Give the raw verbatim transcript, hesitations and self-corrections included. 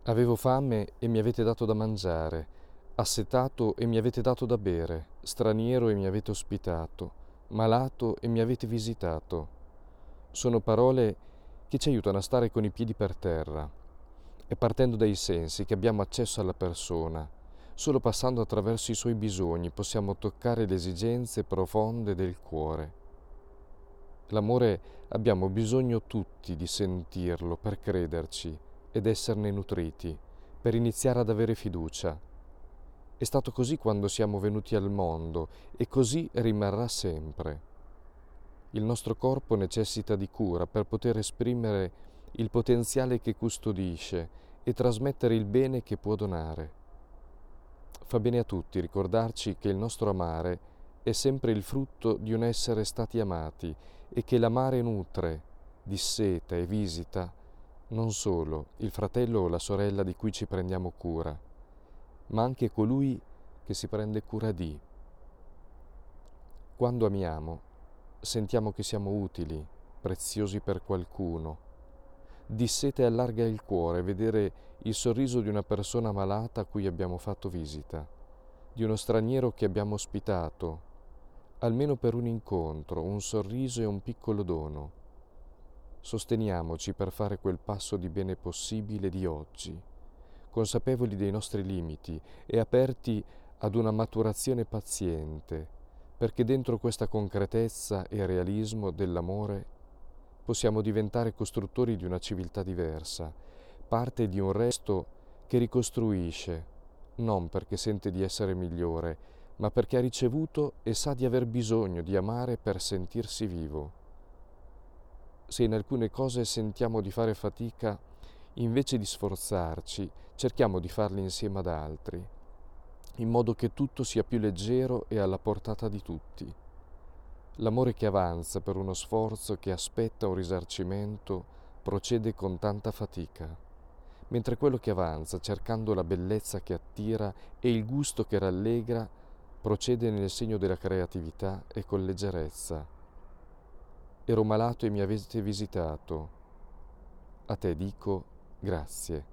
Avevo fame e mi avete dato da mangiare, assetato e mi avete dato da bere, straniero e mi avete ospitato, malato e mi avete visitato. Sono parole che ci aiutano a stare con i piedi per terra e partendo dai sensi che abbiamo accesso alla persona. Solo passando attraverso i suoi bisogni possiamo toccare le esigenze profonde del cuore. L'amore abbiamo bisogno tutti di sentirlo per crederci ed esserne nutriti, per iniziare ad avere fiducia. È stato così quando siamo venuti al mondo e così rimarrà sempre. Il nostro corpo necessita di cura per poter esprimere il potenziale che custodisce e trasmettere il bene che può donare. Fa bene a tutti ricordarci che il nostro amare è sempre il frutto di un essere stati amati e che l'amare nutre, disseta e visita non solo il fratello o la sorella di cui ci prendiamo cura, ma anche colui che si prende cura di. Quando amiamo, sentiamo che siamo utili, preziosi per qualcuno. Disseta e allarga il cuore vedere il sorriso di una persona malata a cui abbiamo fatto visita, di uno straniero che abbiamo ospitato, almeno per un incontro, un sorriso e un piccolo dono. Sosteniamoci per fare quel passo di bene possibile di oggi, consapevoli dei nostri limiti e aperti ad una maturazione paziente, perché dentro questa concretezza e realismo dell'amore possiamo diventare costruttori di una civiltà diversa, parte di un resto che ricostruisce, non perché sente di essere migliore, ma perché ha ricevuto e sa di aver bisogno di amare per sentirsi vivo. Se in alcune cose sentiamo di fare fatica, invece di sforzarci, cerchiamo di farle insieme ad altri, in modo che tutto sia più leggero e alla portata di tutti. L'amore che avanza per uno sforzo che aspetta un risarcimento procede con tanta fatica, mentre quello che avanza cercando la bellezza che attira e il gusto che rallegra procede nel segno della creatività e con leggerezza. Ero malato e mi avete visitato. A te dico grazie.